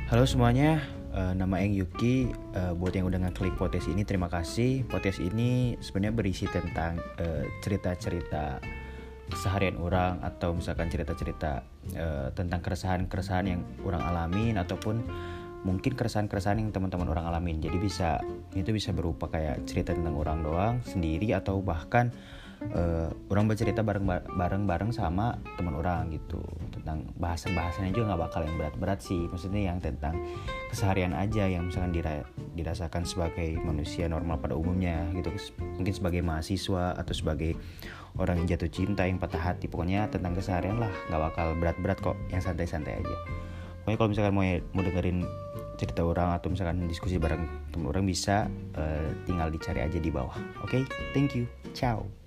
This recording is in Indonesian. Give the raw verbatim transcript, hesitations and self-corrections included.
Halo semuanya, uh, nama Eng Yuki. Uh, buat yang udah ngeklik podcast ini, terima kasih. Podcast ini sebenarnya berisi tentang uh, cerita-cerita keseharian orang, atau misalkan cerita-cerita uh, tentang keresahan-keresahan yang orang alamin, ataupun mungkin keresahan-keresahan yang teman-teman orang alamin. Jadi bisa itu bisa berupa kayak cerita tentang orang doang sendiri, atau bahkan uh, orang bercerita bareng-bareng sama teman orang gitu. Tentang bahasan-bahasannya juga nggak bakal yang berat-berat sih, maksudnya yang tentang keseharian aja, yang misalkan dira- dirasakan sebagai manusia normal pada umumnya gitu, mungkin sebagai mahasiswa atau sebagai orang yang jatuh cinta, yang patah hati. Pokoknya tentang keseharian lah, nggak bakal berat-berat kok, yang santai-santai aja. Pokoknya kalau misalkan mau mau dengerin cerita orang atau misalkan diskusi bareng teman orang, bisa uh, tinggal dicari aja di bawah. Oke, okay? Thank you, ciao.